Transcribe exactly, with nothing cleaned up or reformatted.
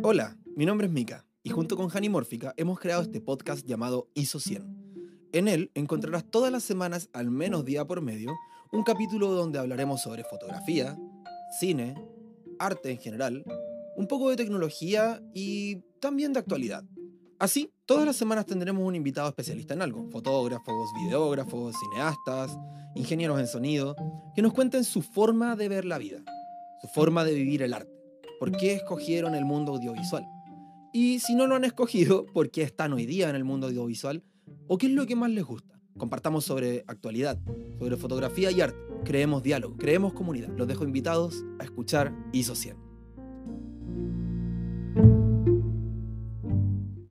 Hola, mi nombre es Mika y junto con Hani Mórfica hemos creado este podcast llamado I S O cien. En él encontrarás todas las semanas, al menos día por medio, un capítulo donde hablaremos sobre fotografía, cine, arte en general, un poco de tecnología y también de actualidad. Así, todas las semanas tendremos un invitado especialista en algo, fotógrafos, videógrafos, cineastas, ingenieros en sonido, que nos cuenten su forma de ver la vida, su forma de vivir el arte, por qué escogieron el mundo audiovisual. Y si no lo han escogido, ¿por qué están hoy día en el mundo audiovisual? ¿O qué es lo que más les gusta? Compartamos sobre actualidad, sobre fotografía y arte. Creemos diálogo, creemos comunidad. Los dejo invitados a escuchar I S O cien.